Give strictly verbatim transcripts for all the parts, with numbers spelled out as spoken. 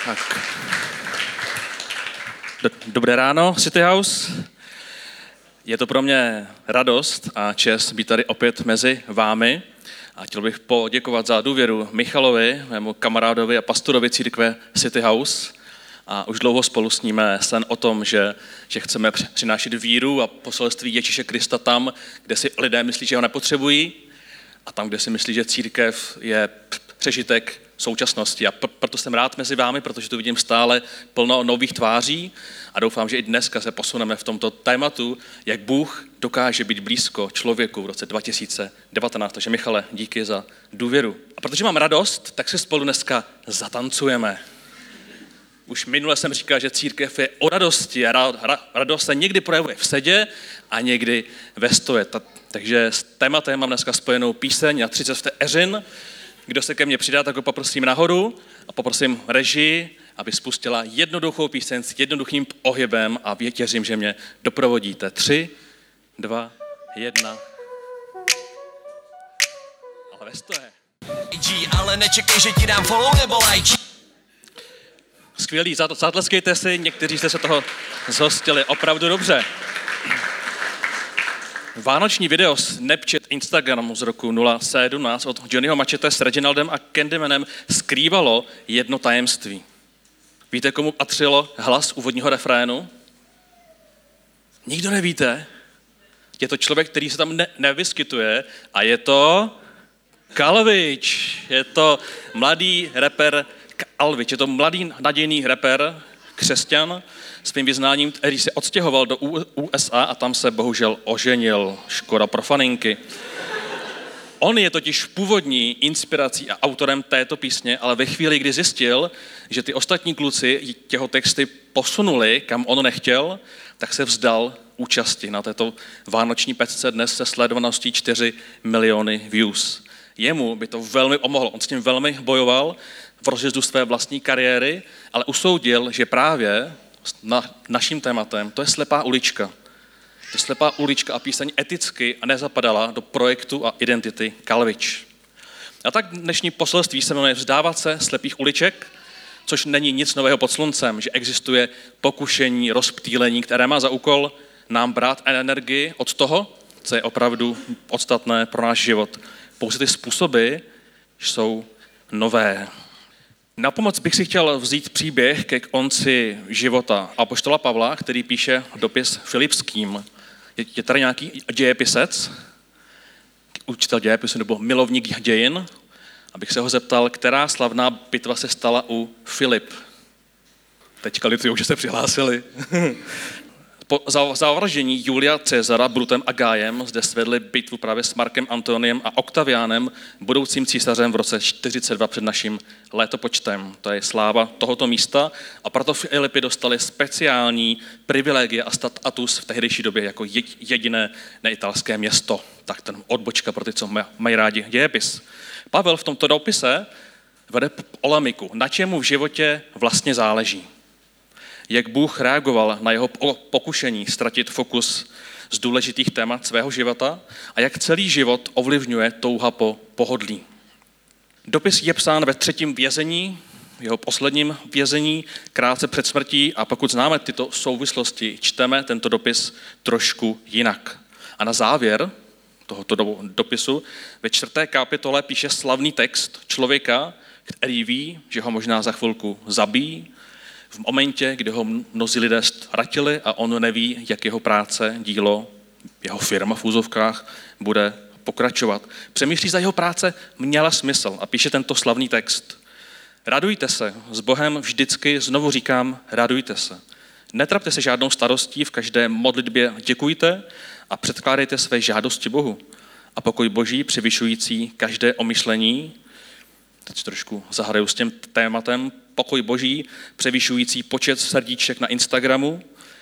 Tak. Dobré ráno, City House. Je to pro mě radost a čest být tady opět mezi vámi. A chtěl bych poděkovat za důvěru Michalovi, mému kamarádovi a pastorovi církve City House. A už dlouho spolu sníme sen o tom, že, že chceme přinášet víru a poselství Ježíše Krista tam, kde si lidé myslí, že ho nepotřebují, a tam, kde si myslí, že církev je přežitek současnosti. A proto jsem rád mezi vámi, protože tu vidím stále plno nových tváří a doufám, že i dneska se posuneme v tomto tématu, jak Bůh dokáže být blízko člověku v roce dva tisíce devatenáct. Takže Michale, díky za důvěru. A protože mám radost, tak si spolu dneska zatancujeme. Už minule jsem říkal, že církev je o radosti a radost se někdy projevuje v sedě a někdy ve stoje. Takže s tématem mám dneska spojenou píseň na třicet vteřin. Kdo se ke mně přidá, tak ho poprosím nahoru a poprosím režii, aby spustila jednoduchou píseň s jednoduchým pohybem a věřím, že mě doprovodíte. Tři, dva, jedna. Ale ve stoje. Ale nečekej, že ti dám follow nebo like. Skvělý, zatleskejte si, někteří jste se toho zhostili opravdu dobře. Vánoční video Snapchat Instagramu z roku nula sedmnáct od Johnnyho Machete s Reginaldem a Candymanem skrývalo jedno tajemství. Víte, komu patřilo hlas úvodního refrénu? Nikdo nevíte? Je to člověk, který se tam ne- nevyskytuje a je to Kalvič. Je to mladý rapper Kalvič. Je to mladý nadějný rapper, křesťan, svým vyznáním, který se odstěhoval do U S A a tam se bohužel oženil. Škoda pro faninky. On je totiž původní inspirací a autorem této písně, ale ve chvíli, kdy zjistil, že ty ostatní kluci jeho texty posunuli, kam on nechtěl, tak se vzdal účasti na této vánoční pecce dnes se sledovaností čtyři miliony views. Jemu by to velmi pomohlo, on s tím velmi bojoval v rozjezdu své vlastní kariéry, ale usoudil, že právě na naším tématem to je slepá ulička. To je slepá ulička a píseň eticky a nezapadala do projektu a identity Kalvič. A tak dnešní poselství se jmenuje Vzdávat se slepých uliček, což není nic nového pod sluncem, že existuje pokušení, rozptýlení, které má za úkol nám brát energii od toho, co je opravdu podstatné pro náš život. Pouze ty způsoby jsou nové. Na pomoc bych si chtěl vzít příběh ke konci života apoštola Pavla, který píše dopis Filipským. Je, je tady nějaký dějepisec, učitel dějepisu nebo milovník dějin, abych se ho zeptal, která slavná bitva se stala u Filip. Teďka lituju, že se přihlásili. Po zavraždění Julia Cezara Brutem a Gájem zde svedli bitvu právě s Markem Antoniem a Oktaviánem, budoucím císařem v roce čtyřicet dva před naším letopočtem. To je sláva tohoto místa a proto Filipy dostali speciální privilegie a status v tehdejší době jako jediné neitalské město. Tak ten odbočka pro ty, co mají rádi dějepis. Pavel v tomto dopise vede polemiku, na čemu v životě vlastně záleží. Jak Bůh reagoval na jeho pokušení ztratit fokus z důležitých témat svého života a jak celý život ovlivňuje touha po pohodlí. Dopis je psán ve třetím vězení, jeho posledním vězení, krátce před smrtí a pokud známe tyto souvislosti, čteme tento dopis trošku jinak. A na závěr tohoto dopisu ve čtvrté kapitole píše slavný text člověka, který ví, že ho možná za chvilku zabíjí, v momentě, kdy ho mnozí lidé ztratili a on neví, jak jeho práce, dílo, jeho firma v úzovkách bude pokračovat. Přemýšlí, za jeho práce měla smysl a píše tento slavný text. Radujte se, s Bohem vždycky, znovu říkám, radujte se. Netrapte se žádnou starostí, v každé modlitbě děkujte a předkládejte své žádosti Bohu. A pokoj Boží, převyšující každé omyšlení, teď trošku zahraju s tím tématem, pokoj Boží, převyšující počet srdíček na Instagramu,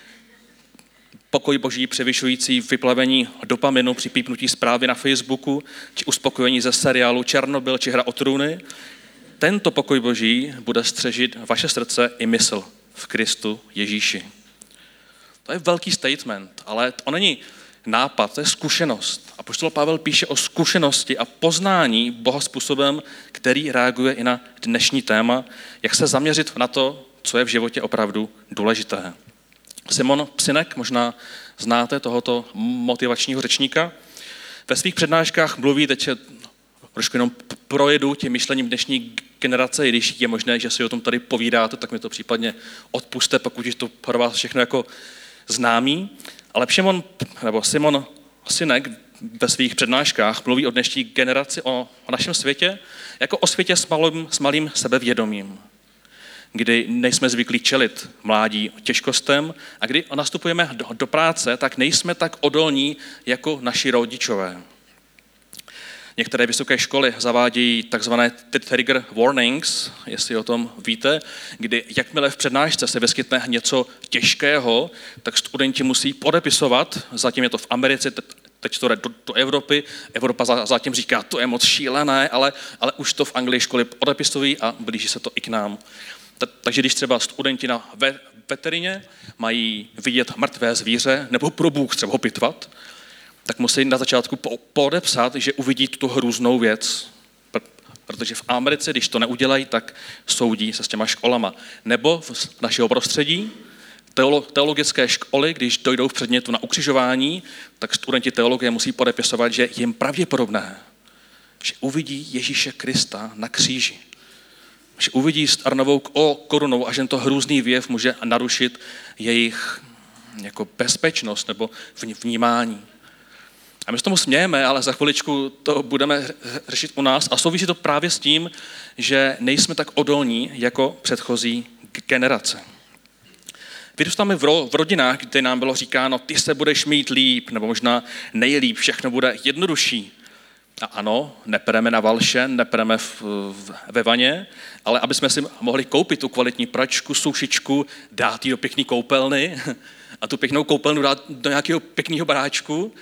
pokoj Boží, převyšující vyplavení dopaminu při pípnutí zprávy na Facebooku, či uspokojení ze seriálu Černobyl, či Hra o trůny. Tento pokoj Boží bude střežit vaše srdce i mysl v Kristu Ježíši. To je velký statement, ale to není nápad, to je zkušenost. Apoštol Pavel píše o zkušenosti a poznání Boha způsobem, který reaguje i na dnešní téma, jak se zaměřit na to, co je v životě opravdu důležité. Simon Sinek, možná znáte tohoto motivačního řečníka, ve svých přednáškách mluví, teď trošku jenom projedu tím myšlením dnešní generace, i když je možné, že si o tom tady povídáte, tak mi to případně odpuste, pokud je to pro vás všechno jako známý. Ale Šimon, nebo Simon Sinek ve svých přednáškách mluví o dnešní generaci, o, o našem světě, jako o světě s malým, s malým sebevědomím, kdy nejsme zvyklí čelit mládí těžkostem a kdy nastupujeme do, do práce, tak nejsme tak odolní jako naši rodičové. Některé vysoké školy zavádějí takzvané trigger warnings, jestli o tom víte, kdy jakmile v přednášce se vyskytne něco těžkého, tak studenti musí podepisovat, zatím je to v Americe, teď to jde do, do Evropy, Evropa zatím říká, to je moc šílené, ale, ale už to v Anglii školy podepisují a blíží se to i k nám. Takže když třeba studenti na ve, veterině mají vidět mrtvé zvíře nebo pro Bůh třeba ho pitvat, tak musí na začátku podepsat, že uvidí tuto hrůznou věc. Protože v Americe, když to neudělají, tak soudí se s těma školama. Nebo v našeho prostředí, teologické školy, když dojdou v předmětu na ukřižování, tak studenti teologie musí podepisovat, že je jim pravděpodobné, že uvidí Ježíše Krista na kříži. Že uvidí s arnovou korunou a že to hrůzný věv může narušit jejich jako bezpečnost nebo vnímání. A my se tomu smějeme, ale za chviličku to budeme řešit u nás a souvisí to právě s tím, že nejsme tak odolní jako předchozí generace. Vyrůstáme v, ro, v rodinách, kde nám bylo říkáno, ty se budeš mít líp, nebo možná nejlíp, všechno bude jednodušší. A ano, nepereme na valše, nepereme v, v, ve vaně, ale aby jsme si mohli koupit tu kvalitní pračku, sušičku, dát ji do pěkné koupelny a tu pěknou koupelnu dát do nějakého pěkného baráčku,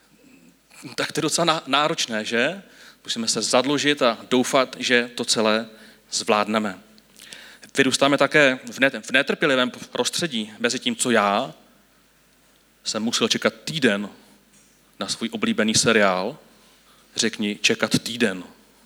tak to je docela náročné, že? Musíme se zadlužit a doufat, že to celé zvládneme. Vyrůstáme také v, net, v netrpělivém prostředí, mezi tím, co já jsem musel čekat týden na svůj oblíbený seriál. Řekni, čekat týden.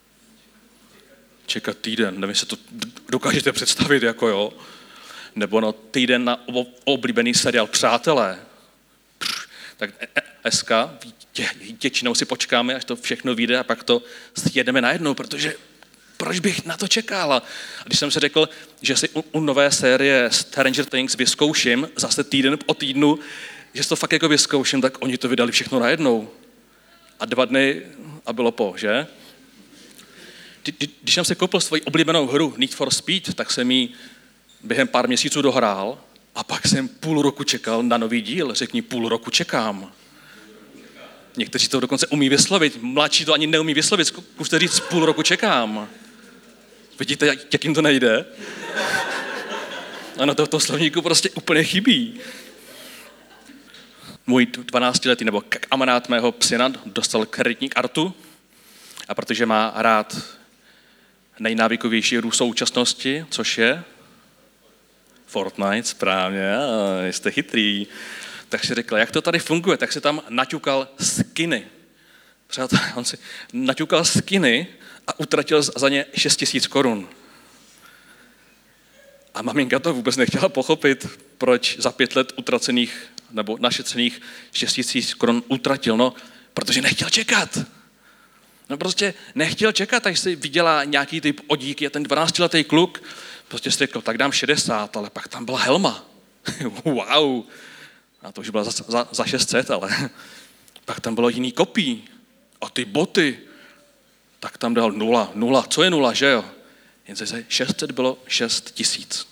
Čekat týden, nevím, jestli to dokážete představit, jako jo. Nebo no, týden na oblíbený seriál Přátelé. Tak dneska většinou si počkáme, až to všechno vyjde a pak to sjedeme najednou, protože proč bych na to čekal? A když jsem si řekl, že si u, u nové série Stranger Things vyzkouším zase týden po týdnu, že si to fakt jako vyzkouším, tak oni to vydali všechno najednou. A dva dny a bylo po, že? Když jsem si koupil svoji oblíbenou hru Need for Speed, tak jsem ji během pár měsíců dohrál a pak jsem půl roku čekal na nový díl. Řekni, půl roku čekám. Někteří to dokonce umí vyslovit, mladší to ani neumí vyslovit, zkuste říct, půl roku čekám. Vidíte, jak, jak jim to nejde? Ano, to, to slovníku prostě úplně chybí. Můj dvanáctiletý nebo kamarád mého syna dostal kreditní kartu a protože má rád nejnávykovější hru současnosti, což je Fortnite, správně, jste chytrý, tak si řekl, jak to tady funguje, tak si tam naťukal skiny. Přátel, on si naťukal skiny a utratil za ně šest tisíc korun. A maminka to vůbec nechtěla pochopit, proč za pět let utracených nebo našetřených šest tisíc korun utratil, no, protože nechtěl čekat. No prostě nechtěl čekat, až si vydělá nějaký typ odíky a ten dvanáctiletý kluk prostě si řekl, tak dám šedesát, ale pak tam byla helma. Wow. A to už byla za, za, za šest set, ale pak tam bylo jiný kopí. A ty boty, tak tam dal nula. Nula, co je nula, že jo? Jen se šest set bylo šest tisíc.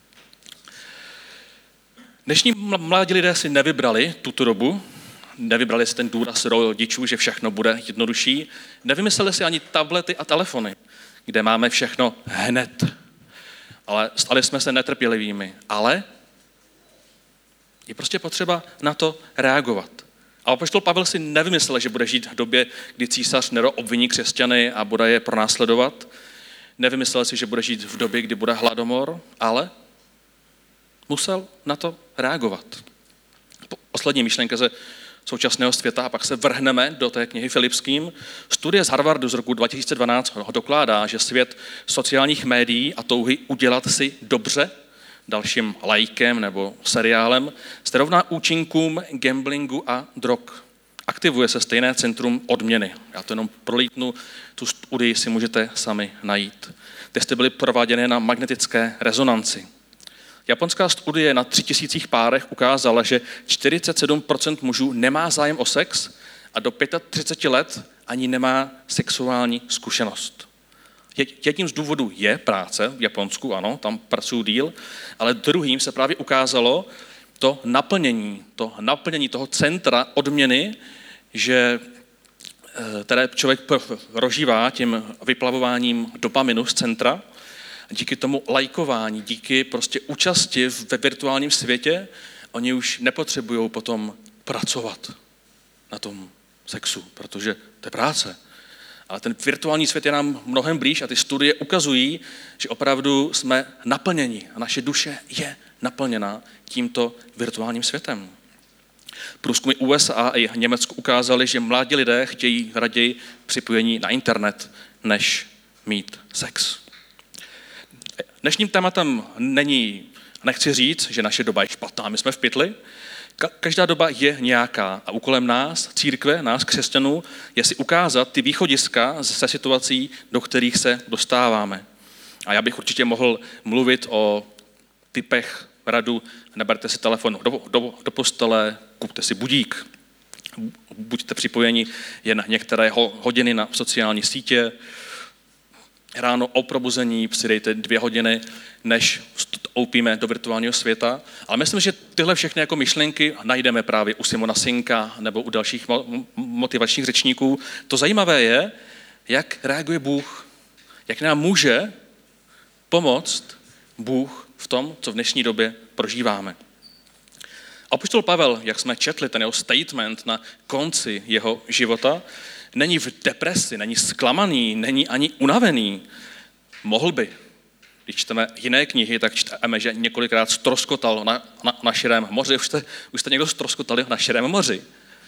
Dnešní mladí lidé si nevybrali tuto dobu, nevybrali si ten důraz rodičů, že všechno bude jednodušší, nevymysleli si ani tablety a telefony, kde máme všechno hned. Ale stali jsme se netrpělivými. Ale je prostě potřeba na to reagovat. A apoštol Pavel si nevymyslel, že bude žít v době, kdy císař Nero obviní křesťany a bude je pronásledovat. Nevymyslel si, že bude žít v době, kdy bude hladomor, ale musel na to reagovat. Poslední myšlenka ze současného světa a pak se vrhneme do té knihy Filipským. Studie z Harvardu z roku dva tisíce dvanáct ho dokládá, že svět sociálních médií a touhy udělat si dobře dalším lajkem nebo seriálem se rovná účinkům gamblingu a drog. Aktivuje se stejné centrum odměny. Já to jenom prolítnu, tu studii si můžete sami najít. Testy byly prováděny na magnetické rezonanci. Japonská studie na tři tisících párech ukázala, že čtyřicet sedm procent mužů nemá zájem o sex a do třicet pět let ani nemá sexuální zkušenost. Jedním z důvodů je práce v Japonsku, ano, tam pracují díl, ale druhým se právě ukázalo to naplnění, to naplnění toho centra odměny, že které člověk prožívá tím vyplavováním dopaminu z centra. Díky tomu lajkování, díky prostě účasti ve virtuálním světě, oni už nepotřebují potom pracovat na tom sexu, protože to je práce. Ale ten virtuální svět je nám mnohem blíž a ty studie ukazují, že opravdu jsme naplněni a naše duše je naplněná tímto virtuálním světem. Průzkumy U S A i Německu ukázaly, že mladí lidé chtějí raději připojení na internet, než mít sex. Dnešním tématem není, nechci říct, že naše doba je špatná, my jsme v pytli. Každá doba je nějaká a úkolem nás, církve, nás, křesťanů, je si ukázat ty východiska ze situací, do kterých se dostáváme. A já bych určitě mohl mluvit o typech radu, neberte si telefon do, do, do postele, kupte si budík, buďte připojeni jen některé hodiny na sociální sítě, ráno o probuzení přidejte dvě hodiny, než vstoupíme do virtuálního světa. Ale myslím, že tyhle všechny jako myšlenky najdeme právě u Simona Sinka nebo u dalších motivačních řečníků. To zajímavé je, jak reaguje Bůh, jak nám může pomoct Bůh v tom, co v dnešní době prožíváme. Apoštol Pavel, jak jsme četli, ten jeho statement na konci jeho života, není v depresi, není zklamaný, není ani unavený. Mohl by. Když čteme jiné knihy, tak čteme, že několikrát ztroskotal na, na, na širém moři. Už jste, už jste někdo ztroskotali na širém moři.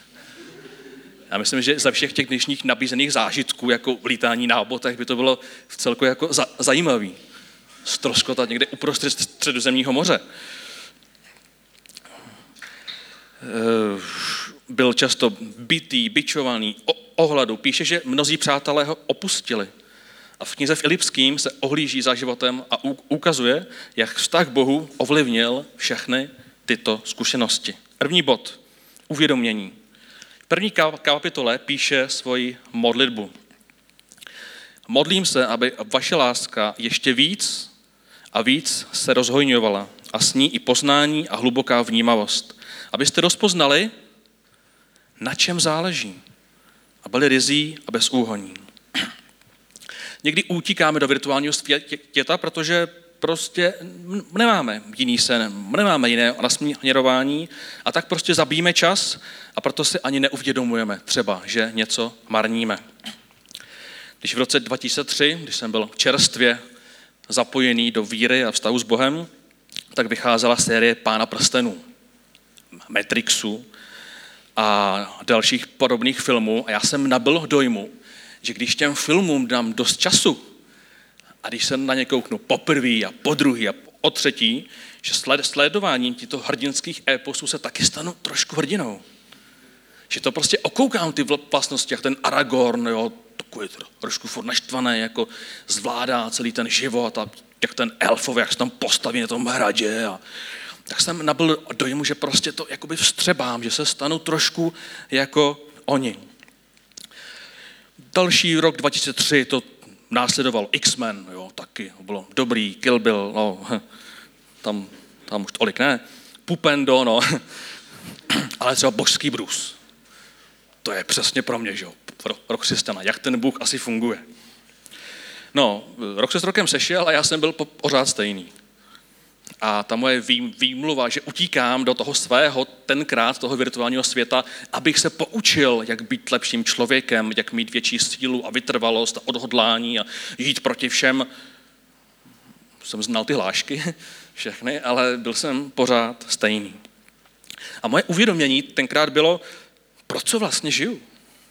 Já myslím, že za všech těch dnešních nabízených zážitků, jako lítání na botech, by to bylo v celku jako za, zajímavý. Ztroskotat někde uprostřed středozemního moře. Byl často bitý, bičovaný, ohladu. Píše, že mnozí přátelé ho opustili. A v knize Filipským se ohlíží za životem a ukazuje, jak vztah k Bohu ovlivnil všechny tyto zkušenosti. První bod, uvědomění. V první kapitole píše svoji modlitbu. Modlím se, aby vaše láska ještě víc a víc se rozhojňovala a s ní i poznání a hluboká vnímavost. Abyste rozpoznali, na čem záleží a byli ryzí a bezúhonní. Někdy utíkáme do virtuálního světa, protože prostě nemáme jiný sen, nemáme jiné nasměrování a tak prostě zabijíme čas a proto si ani neuvědomujeme třeba, že něco marníme. Když v roce dva tisíce tři, když jsem byl čerstvě zapojený do víry a vztahu s Bohem, tak vycházela série Pána prstenů, Matrixu a dalších podobných filmů a já jsem nabyl dojmu, že když těm filmům dám dost času a když se na ně kouknu poprvý a podruhý a o třetí, že sledováním těchto hrdinských éposů se taky stanu trošku hrdinou. Že to prostě okoukám ty vlastnosti, jak ten Aragorn, jo, takový trošku furt naštvaný, jako zvládá celý ten život a jak ten elfov, jak se tam postaví na tom hradě. A tak jsem nabyl dojmu, že prostě to jakoby vstřebám, že se stanu trošku jako oni. Další rok dva tisíce tři to následoval X-Men, jo, taky bylo dobrý, Kill Bill, no, tam, tam už tolik ne, Pupendo, no, ale třeba Božský Bruce. To je přesně pro mě, že jo, pro, pro křesťana, jak ten Bůh asi funguje. No, rok se s rokem sešel a já jsem byl pořád stejný. A ta moje výmluva, že utíkám do toho svého, tenkrát toho virtuálního světa, abych se poučil, jak být lepším člověkem, jak mít větší sílu a vytrvalost a odhodlání a jít proti všem. Jsem znal ty hlášky všechny, ale byl jsem pořád stejný. A moje uvědomění tenkrát bylo, Pro co vlastně žiju?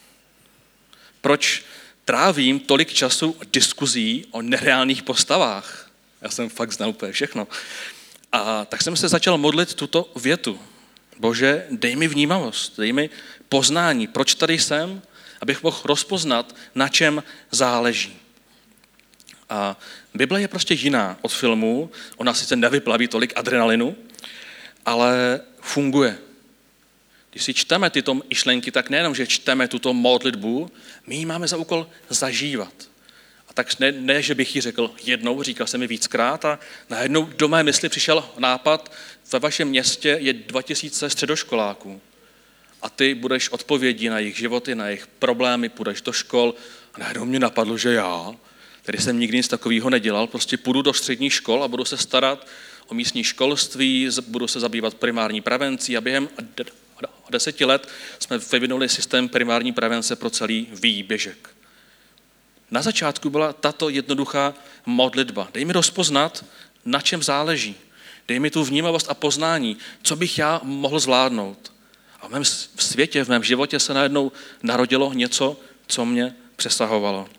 Proč trávím tolik času diskuzí o nereálných postavách? Já jsem fakt znal úplně všechno. A tak jsem se začal modlit tuto větu. Bože, dej mi vnímavost, dej mi poznání, proč tady jsem, abych mohl rozpoznat, na čem záleží. A Bible je prostě jiná od filmů, ona sice nevyplaví tolik adrenalinu, ale funguje. Když si čteme tyto myšlenky, tak nejenom, že čteme tuto modlitbu, my ji máme za úkol zažívat. A tak ne, ne, že bych ji řekl jednou, říkal jsem mi víckrát a najednou do mé mysli přišel nápad, ve vašem městě je dva tisíce středoškoláků a ty budeš odpovědí na jejich životy, na jejich problémy, půjdeš do škol a najednou mě napadlo, že já, který jsem nikdy nic takového nedělal, prostě půjdu do středních škol a budu se starat o místní školství, budu se zabývat primární prevencí a během deseti let jsme vyvinuli systém primární prevence pro celý výběžek. Na začátku byla tato jednoduchá modlitba. Dej mi rozpoznat, na čem záleží. Dej mi tu vnímavost a poznání, co bych já mohl zvládnout. A v mém světě, v mém životě se najednou narodilo něco, co mě přesahovalo.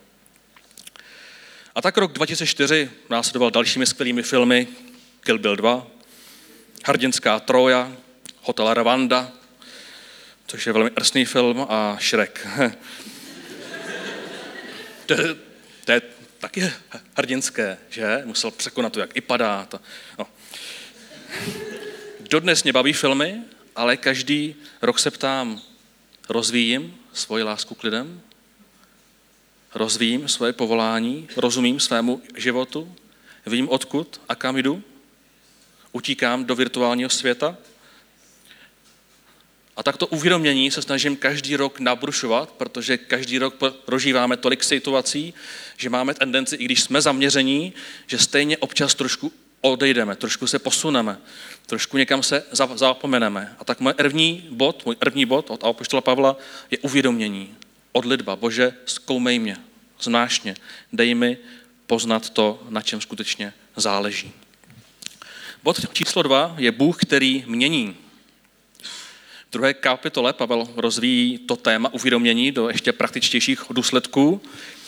A tak rok dva tisíce čtyři následoval dalšími skvělými filmy, Kill Bill dva, Hrdinská Trója, Hotel Rwanda, což je velmi drsný film, a Shrek. to, to je taky hrdinské, že? Musel překonat to, jak i padá. To, no. Dodnes mě baví filmy, ale každý rok se ptám, rozvíjím svoji lásku k lidem? Rozvíjím svoje povolání? Rozumím svému životu? Vím, odkud a kam jdu? Utíkám do virtuálního světa? A takto uvědomění se snažím každý rok nabrušovat, protože každý rok prožíváme tolik situací, že máme tendenci, i když jsme zaměření, že stejně občas trošku odejdeme, trošku se posuneme, trošku někam se zapomeneme. A tak můj první bod, můj první bod od apoštola Pavla je uvědomění, odlitba. Bože, zkoumej mě, znáš mě, dej mi poznat to, na čem skutečně záleží. Bod číslo dva je Bůh, který mění. V druhé kapitole Pavel rozvíjí to téma uvědomění do ještě praktičtějších důsledků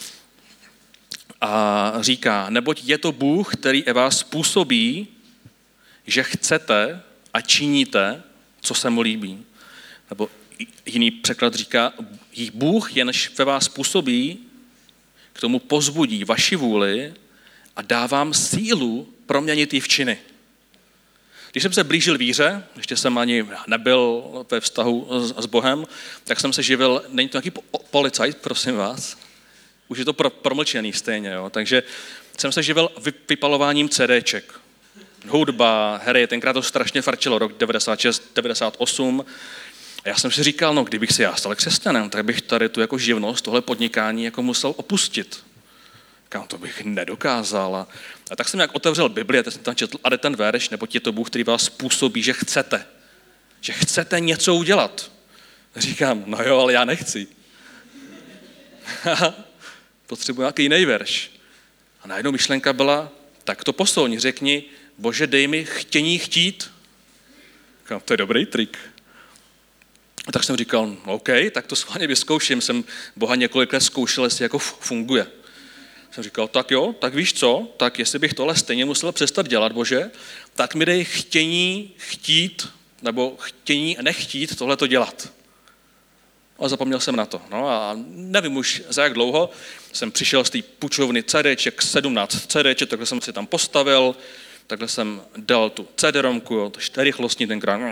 a říká, neboť je to Bůh, který ve vás způsobí, že chcete a činíte, co se mu líbí. Nebo jiný překlad říká, Bůh jenž ve vás působí, k tomu pozbudí vaši vůli a dá vám sílu proměnit ji v činy. Když jsem se blížil víře, ještě jsem ani nebyl ve vztahu s Bohem, tak jsem se živil, není to nějaký policajt, prosím vás, už je to pro, promlčený stejně, jo? Takže jsem se živil vypalováním CDček. Hudba, hry, tenkrát to strašně farčilo, rok devadesát šest devadesát osm. A já jsem si říkal, no kdybych si já stal křesťanem, tak bych tady tu jako živnost, tohle podnikání jako musel opustit. Kam to bych nedokázal. A, a tak jsem nějak otevřel Bibli a teď jsem tam četl, a ten verš, neboť je to Bůh, který vás způsobí, že chcete. Že chcete něco udělat. Říkám, no jo, ale já nechci. Potřebuji nějaký jiný verš. A najednou myšlenka byla, tak to posuň, řekni, Bože, dej mi chtění chtít. Říkám, to je dobrý trik. A tak jsem říkal, OK, tak to schválně vyzkouším. Jsem Boha několik let zkoušel, jestli jako funguje. Jsem říkal, tak jo, tak víš co, tak jestli bych tohle stejně musel přestat dělat, Bože, tak mi dej chtění chtít, nebo chtění nechtít tohleto dělat. A zapomněl jsem na to. No a nevím už za jak dlouho jsem přišel z té půjčovny CDček, sedmnáct CDček, takhle jsem si tam postavil, takhle jsem dal tu C D-romku, to čtyřrychlostní tenkrát.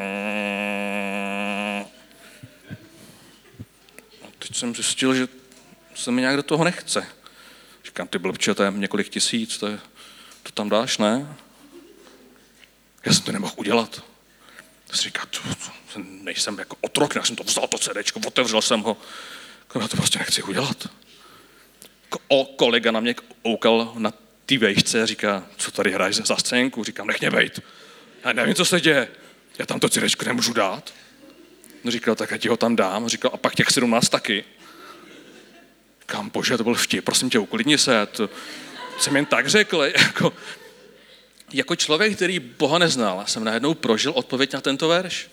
A teď jsem zjistil, že se mi nějak do toho nechce. Říkám, ty blbče, to je několik tisíc, to, je, to tam dáš, ne? Já jsem to nemohl udělat. To si říká, to, to, nejsem jako otrok, já jsem to vzal, to CDčko, otevřel jsem ho. Já to prostě nechci udělat. O, kolega na mě koukal na té vejšce a říká, co tady hraješ za scénku? Říkám, nech mě bejt. Já nevím, co se děje. Já tam to CDčko nemůžu dát. No říkal, tak já ti ho tam dám. Říkal, a pak těch sedmnáct taky. Říkám, Bože, to byl vtip, prosím tě, uklidni se. To jsem jen tak řekl. Jako, jako člověk, který Boha neznal, jsem najednou prožil odpověď na tento verš.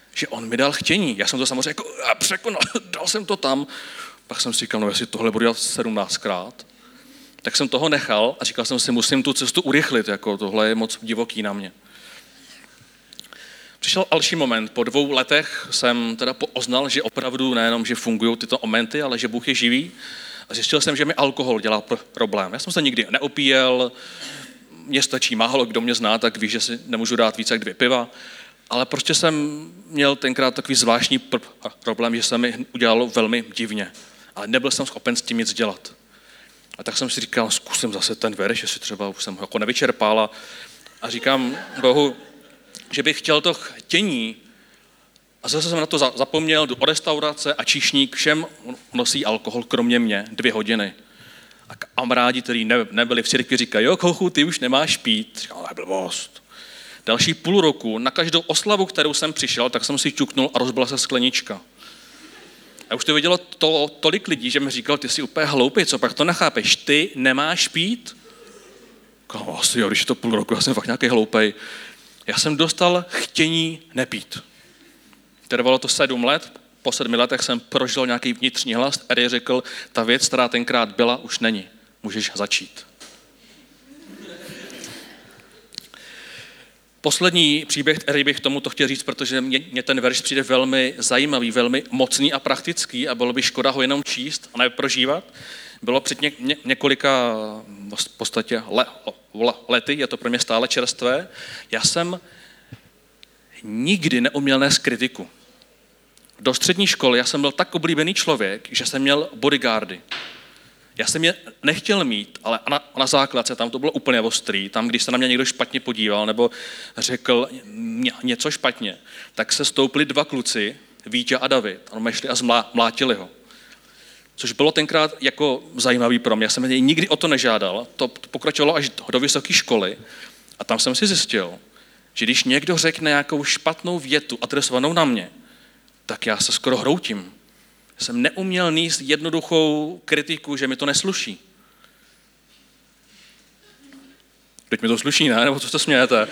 že on mi dal chtění. Já jsem to samozřejmě jako překonal, dal jsem to tam. Pak jsem si říkal, no jestli tohle budu dělat sedmnáctkrát, tak jsem toho nechal a říkal jsem si, musím tu cestu urychlit, jako tohle je moc divoký na mě. Přišel další moment. Po dvou letech jsem teda poznal, že opravdu nejenom, že fungují tyto momenty, ale že Bůh je živý. A zjistil jsem, že mi alkohol dělá problém. Já jsem se nikdy neopíjel, mně stačí málo, kdo mě zná, tak ví, že si nemůžu dát více jak dvě piva. Ale prostě jsem měl tenkrát takový zvláštní pr- problém, že se mi udělalo velmi divně. Ale nebyl jsem schopen s tím nic dělat. A tak jsem si říkal, zkusím zase ten verš, jestli třeba už jsem ho jako nevyčerpal. A, a říkám Bohu, že bych chtěl to chtění. A zase jsem na to zapomněl, jdu o restaurace a číšník všem nosí alkohol, kromě mě, dvě hodiny. A kamarádi, kteří ne, nebyli v církvi, říkají, jo, kochu, ty už nemáš pít. Říkám, ale blbost. Další půl roku, na každou oslavu, kterou jsem přišel, tak jsem si čuknul a rozbila se sklenička. A už to vidělo to, tolik lidí, že mi říkal, ty jsi úplně hloupý, co pak to nechápeš, ty nemáš pít? Říkám, asi jo, když je to půl roku, já jsem fakt nějaký hloupej. Já jsem dostal chtění nepít. Trvalo to sedm let, po sedmi letech jsem prožil nějaký vnitřní hlas, který řekl, ta věc, která tenkrát byla, už není. Můžeš začít. Poslední příběh, který bych tomuto chtěl říct, protože mě, mě ten verš přijde velmi zajímavý, velmi mocný a praktický a bylo by škoda ho jenom číst a neprožívat. Bylo před ně, ně, několika v podstatě le, le, lety, je to pro mě stále čerstvé. Já jsem nikdy neuměl nést kritiku. Do střední školy já jsem byl tak oblíbený člověk, že jsem měl bodyguardy. Já jsem je nechtěl mít, ale na, na základce tam to bylo úplně ostrý. Tam, když se na mě někdo špatně podíval nebo řekl něco špatně, tak se stoupli dva kluci, Vítě a David, a my šli a zmlátili ho. Což bylo tenkrát jako zajímavý pro mě. Já jsem mě nikdy o to nežádal. To pokračovalo až do vysoké školy. A tam jsem si zjistil, že když někdo řekne nějakou špatnou větu adresovanou na mě, tak já se skoro hroutím. Jsem neuměl nést jednoduchou kritiku, že mi to nesluší. Teď mi to sluší, ne? Nebo co to smějete?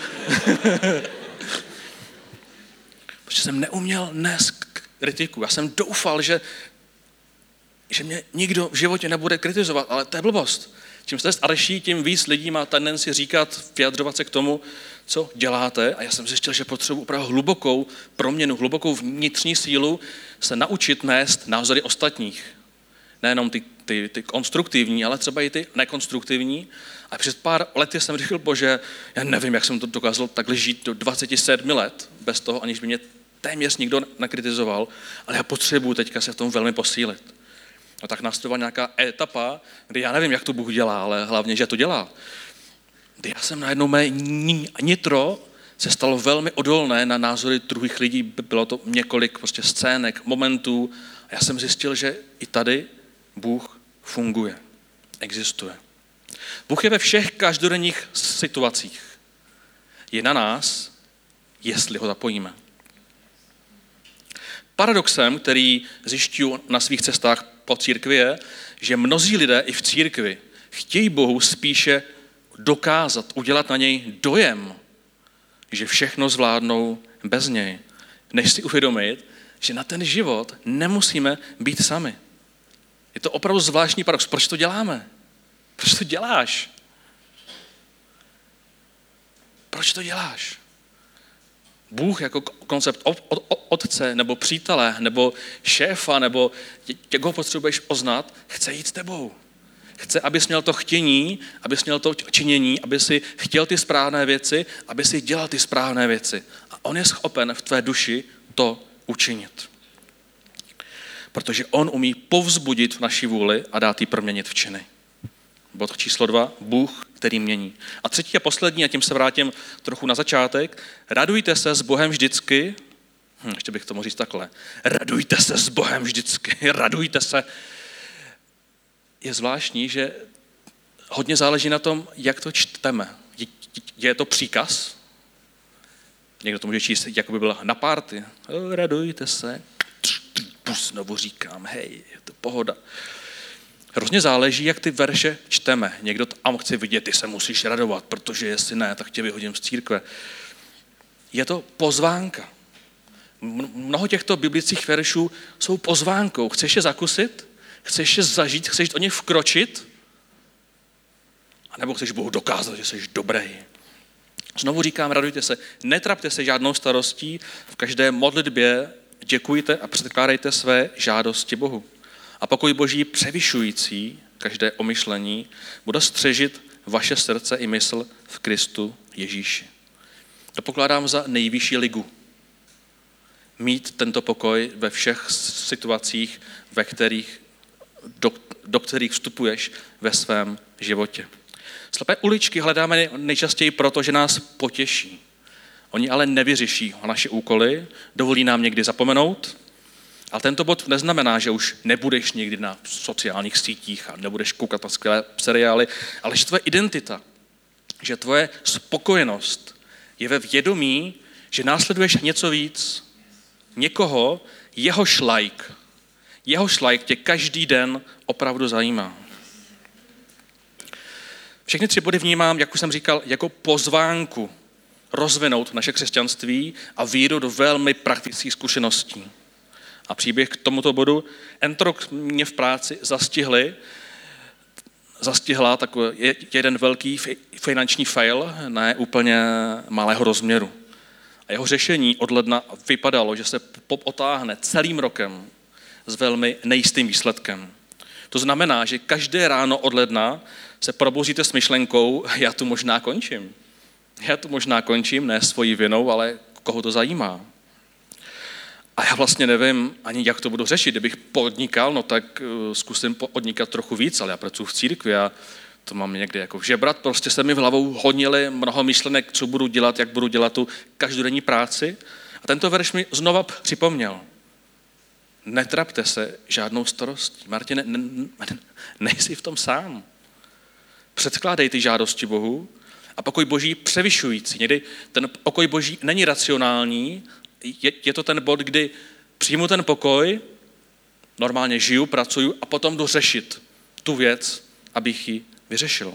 Protože jsem neuměl nést kritiku. Já jsem doufal, že, že mě nikdo v životě nebude kritizovat, ale to je blbost. Čím jste starší, tím víc lidí má tendenci říkat, vyjadřovat se k tomu, co děláte. A já jsem zjistil, že potřebuji opravdu hlubokou proměnu, hlubokou vnitřní sílu se naučit nést názory ostatních. Nejenom ty, ty, ty konstruktivní, ale třeba i ty nekonstruktivní. A před pár lety jsem řekl, bože, já nevím, jak jsem to dokázal takhle žít do dvacet sedm let, bez toho, aniž by mě téměř nikdo nekritizoval, ale já potřebuji teďka se v tom velmi posílit. A tak nastoupila nějaká etapa, kdy já nevím, jak to Bůh dělá, ale hlavně, že to dělá. Kdy já jsem najednou mé nitro se stalo velmi odolné na názory druhých lidí. Bylo to několik prostě scének, momentů. A já jsem zjistil, že i tady Bůh funguje, existuje. Bůh je ve všech každodenních situacích. Je na nás, jestli ho zapojíme. Paradoxem, který zjišťuji na svých cestách po církvi, je, že mnozí lidé i v církvi chtějí Bohu spíše dokázat, udělat na něj dojem, že všechno zvládnou bez něj, než si uvědomit, že na ten život nemusíme být sami. Je to opravdu zvláštní paradox. Proč to děláme? Proč to děláš? Proč to děláš? Bůh jako koncept otce, nebo přítele, nebo šéfa, nebo jak ho potřebuješ poznat, chce jít s tebou. Chce, abys měl to chtění, abys měl to činění, aby si chtěl ty správné věci, aby si dělal ty správné věci. A on je schopen v tvé duši to učinit. Protože on umí povzbudit v naší vůli a dát ji proměnit v činy. Bod číslo dva, Bůh, který mění. A třetí a poslední, a tím se vrátím trochu na začátek, radujte se s Bohem vždycky, hm, ještě bych to mohl říct takhle, radujte se s Bohem vždycky, radujte se. Je zvláštní, že hodně záleží na tom, jak to čteme. Je to příkaz? Někdo to může číst, jako by byla na párty. Radujte se. Znovu říkám, hej, je to pohoda. Hrozně záleží, jak ty verše čteme. Někdo tam chce vidět, ty se musíš radovat, protože jestli ne, tak tě vyhodím z církve. Je to pozvánka. Mnoho těchto biblických veršů jsou pozvánkou. Chceš je zakusit? Chceš je zažít? Chceš do nich vkročit? A nebo chceš Bohu dokázat, že jsi dobrý? Znovu říkám, radujte se, netrapte se žádnou starostí, v každé modlitbě děkujte a předkládejte své žádosti Bohu. A pokoj Boží převyšující každé omyšlení bude střežit vaše srdce i mysl v Kristu Ježíši. To pokládám za nejvyšší ligu. Mít tento pokoj ve všech situacích, ve kterých, do, do kterých vstupuješ ve svém životě. Slepé uličky hledáme nejčastěji proto, že nás potěší. Oni ale nevyřeší naše úkoly, dovolí nám někdy zapomenout, ale tento bod neznamená, že už nebudeš nikdy na sociálních sítích a nebudeš koukat na skvělé seriály, ale že tvoje identita, že tvoje spokojenost je ve vědomí, že následuješ něco víc, někoho, jehož like, jehož like tě každý den opravdu zajímá. Všechny tři body vnímám, jak už jsem říkal, jako pozvánku rozvinout naše křesťanství a víru do velmi praktických zkušeností. A příběh k tomuto bodu. Entrok mě v práci zastihli, zastihla takový jeden velký finanční fail, ne úplně malého rozměru. A jeho řešení od ledna vypadalo, že se otáhne celým rokem s velmi nejistým výsledkem. To znamená, že každé ráno od ledna se probouzíte s myšlenkou, já tu možná končím. Já tu možná končím, ne svojí vinou, ale koho to zajímá. A já vlastně nevím ani, jak to budu řešit. Kdybych podnikal, no tak zkusím podnikat trochu víc, ale já pracuji v církvi a to mám někde jako žebrat. Prostě se mi v hlavou honily mnoho myšlenek, co budu dělat, jak budu dělat tu každodenní práci. A tento verš mi znova připomněl. Netrapte se žádnou starostí. Martine, ne, ne, nejsi v tom sám. Předkládej ty žádosti Bohu a pokoj Boží převyšující. Někdy ten pokoj Boží není racionální, je, je to ten bod, kdy přijmu ten pokoj, normálně žiju, pracuju a potom jdu řešit tu věc, abych ji vyřešil.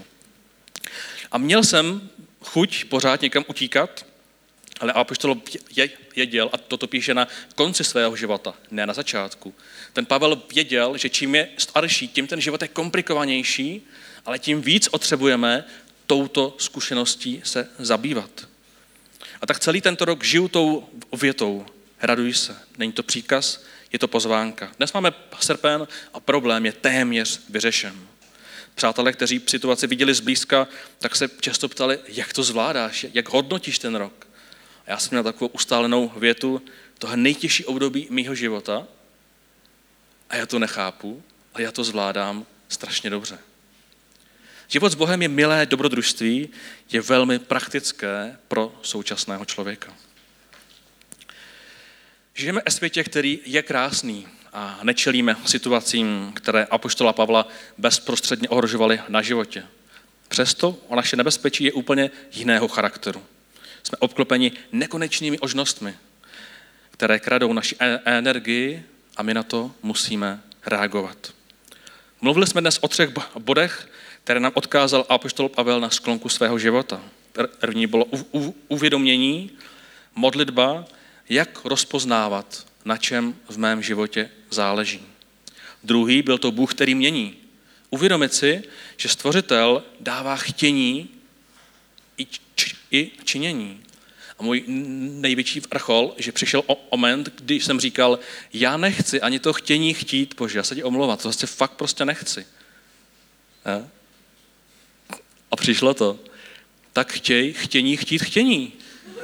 A měl jsem chuť pořád někam utíkat, ale apoštol věděl, a toto píše na konci svého života, ne na začátku. Ten Pavel věděl, že čím je starší, tím ten život je komplikovanější, ale tím víc potřebujeme touto zkušeností se zabývat. A tak celý tento rok žiju tou větou. Raduj se. Není to příkaz, je to pozvánka. Dnes máme srpen a problém je téměř vyřešen. Přátelé, kteří situaci viděli zblízka, tak se často ptali, jak to zvládáš, jak hodnotíš ten rok. A já jsem měl takovou ustálenou větu, tohle nejtěžší období mýho života a já to nechápu, ale já to zvládám strašně dobře. Život s Bohem je milé dobrodružství, je velmi praktické pro současného člověka. Žijeme ve světě, který je krásný a nečelíme situacím, které apoštola Pavla bezprostředně ohrožovaly na životě. Přesto o naše nebezpečí je úplně jiného charakteru. Jsme obklopeni nekonečnými možnostmi, které kradou naši energii a my na to musíme reagovat. Mluvili jsme dnes o třech bodech, které nám odkázal apoštol Pavel na sklonku svého života. První bylo uvědomění, modlitba, jak rozpoznávat, na čem v mém životě záleží. Druhý byl to Bůh, který mění. Uvědomit si, že Stvořitel dává chtění i, č- i činění. A můj největší vrchol, že přišel o moment, když jsem říkal, já nechci ani to chtění chtít, Bože, já se ti omlouvat, to zase fakt prostě nechci. Ne? A přišlo to. Tak chtěj, chtění, chtít, chtění.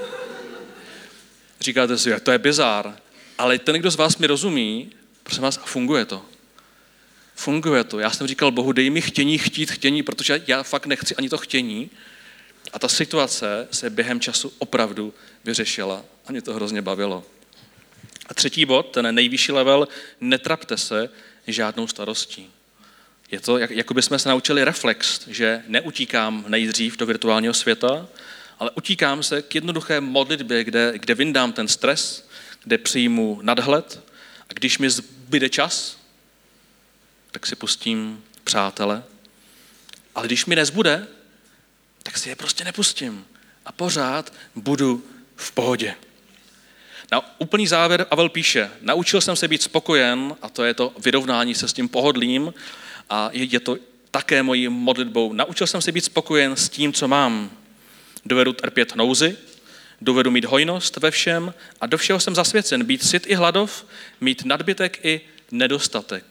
Říkáte si, to je bizár. Ale ten, kdo z vás mi rozumí, prosím vás, funguje to. Funguje to. Já jsem říkal Bohu, dej mi chtění, chtít, chtění, protože já fakt nechci ani to chtění. A ta situace se během času opravdu vyřešila. A mě to hrozně bavilo. A třetí bod, ten nejvyšší level, netrapte se žádnou starostí. Je to, jak, jako bychom se naučili reflex, že neutíkám nejdřív do virtuálního světa, ale utíkám se k jednoduché modlitbě, kde, kde vyndám ten stres, kde přijmu nadhled a když mi zbyde čas, tak si pustím přátele. Ale když mi nezbude, tak si je prostě nepustím a pořád budu v pohodě. Na úplný závěr Avel píše, naučil jsem se být spokojen, a to je to vyrovnání se s tím pohodlím, a je to také mojí modlitbou. Naučil jsem se být spokojen s tím, co mám. Dovedu trpět nouzi, dovedu mít hojnost ve všem a do všeho jsem zasvěcen. Být syt i hladov, mít nadbytek i nedostatek.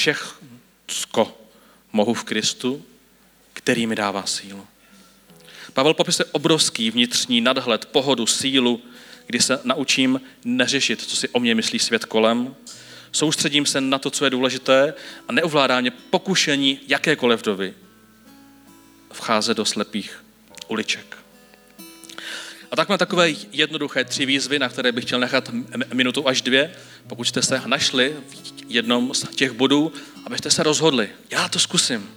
Všechno mohu v Kristu, který mi dává sílu. Pavel popisuje obrovský vnitřní nadhled, pohodu, sílu, kdy se naučím neřešit, co si o mě myslí svět kolem. Soustředím se na to, co je důležité a neovládá mě pokušení jakékoliv doby vcházet do slepých uliček. A tak mám takové jednoduché tři výzvy, na které bych chtěl nechat minutu až dvě, pokud jste se našli v jednom z těch bodů, abyste se rozhodli. Já to zkusím.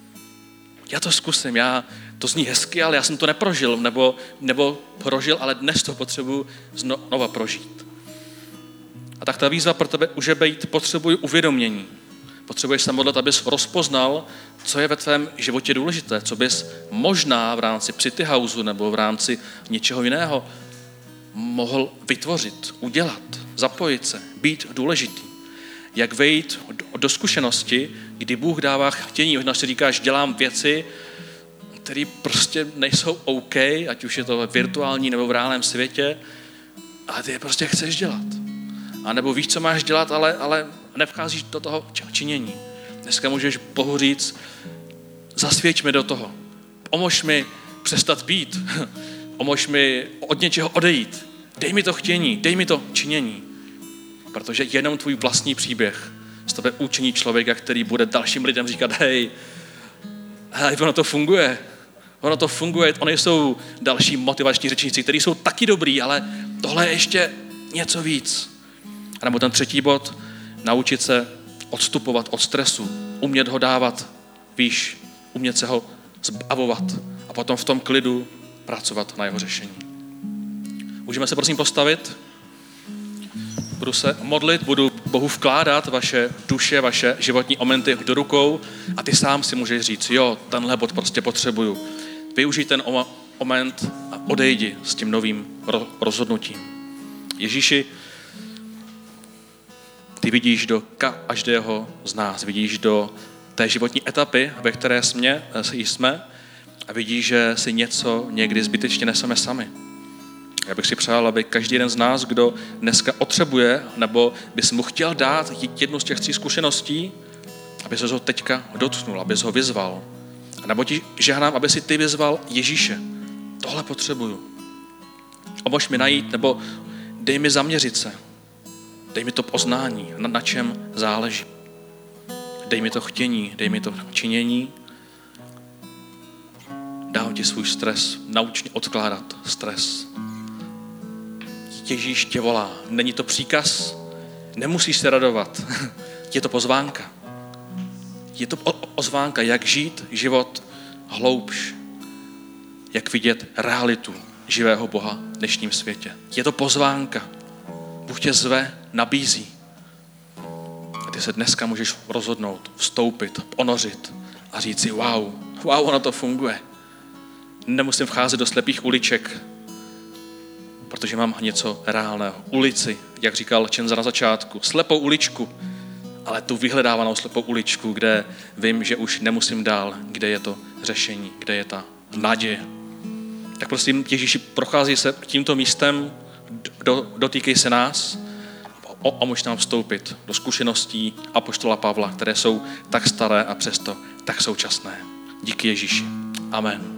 Já to zkusím. Já, to zní hezky, ale já jsem to neprožil, nebo, nebo prožil, ale dnes to potřebuji znova prožít. A tak ta výzva pro tebe může být, potřebuji uvědomění. Potřebuješ se modlit, abys rozpoznal, co je ve tvém životě důležité, co bys možná v rámci City Houseu nebo v rámci něčeho jiného mohl vytvořit, udělat, zapojit se, být důležitý. Jak vejít do zkušenosti, kdy Bůh dává chtění. Možná si říkáš, dělám věci, které prostě nejsou OK, ať už je to v virtuální nebo v reálném světě, ale ty je prostě chceš dělat. A nebo víš, co máš dělat, ale, ale nevcházíš do toho činění. Dneska můžeš Bohu říct, zasvěť mi do toho. Pomož mi přestat být. Pomož mi od něčeho odejít. Dej mi to chtění, dej mi to činění. Protože jenom tvůj vlastní příběh z tebe učiní člověka, který bude dalším lidem říkat, hej, hej, ono to funguje. Ono to funguje, oni jsou další motivační řečníci, kteří jsou taky dobrý, ale tohle je ještě něco víc. A nebo ten třetí bod, naučit se odstupovat od stresu, umět ho dávat výš, umět se ho zbavovat a potom v tom klidu pracovat na jeho řešení. Můžeme se prosím postavit? Budu se modlit, budu Bohu vkládat vaše duše, vaše životní momenty do rukou a ty sám si můžeš říct, jo, tenhle bod prostě potřebuju. Využij ten moment a odejdi s tím novým rozhodnutím. Ježíši, ty vidíš do každého z nás, vidíš do té životní etapy, ve které jsme, jsme a vidíš, že si něco někdy zbytečně neseme sami. Já bych si přál, aby každý jeden z nás, kdo dneska potřebuje, nebo bys mu chtěl dát jednu z těch tří zkušeností, aby se ho teďka dotknul, aby ho vyzval. A nebo ti žehnám, aby si ty vyzval Ježíše. Tohle potřebuju. Pomož mi najít, nebo dej mi zaměřit se. Dej mi to poznání, na, na čem záleží. Dej mi to chtění, dej mi to činění. Dám ti svůj stres, nauč mě odkládat stres. Ježíš tě volá, není to příkaz, nemusíš se radovat, je to pozvánka. Je to pozvánka, jak žít život hloubš, jak vidět realitu živého Boha v dnešním světě. Je to pozvánka. Bůh tě zve, nabízí. A ty se dneska můžeš rozhodnout, vstoupit, ponořit a říct si, wow, wow, ono to funguje. Nemusím vcházet do slepých uliček, protože mám něco reálného. Ulici, jak říkal Čenza na začátku, slepou uličku, ale tu vyhledávanou slepou uličku, kde vím, že už nemusím dál, kde je to řešení, kde je ta naděje. Tak prosím, Ježíši, prochází se tímto místem, do, dotýkej se nás a můž nám vstoupit do zkušeností apoštola Pavla, které jsou tak staré a přesto tak současné. Díky Ježíši. Amen.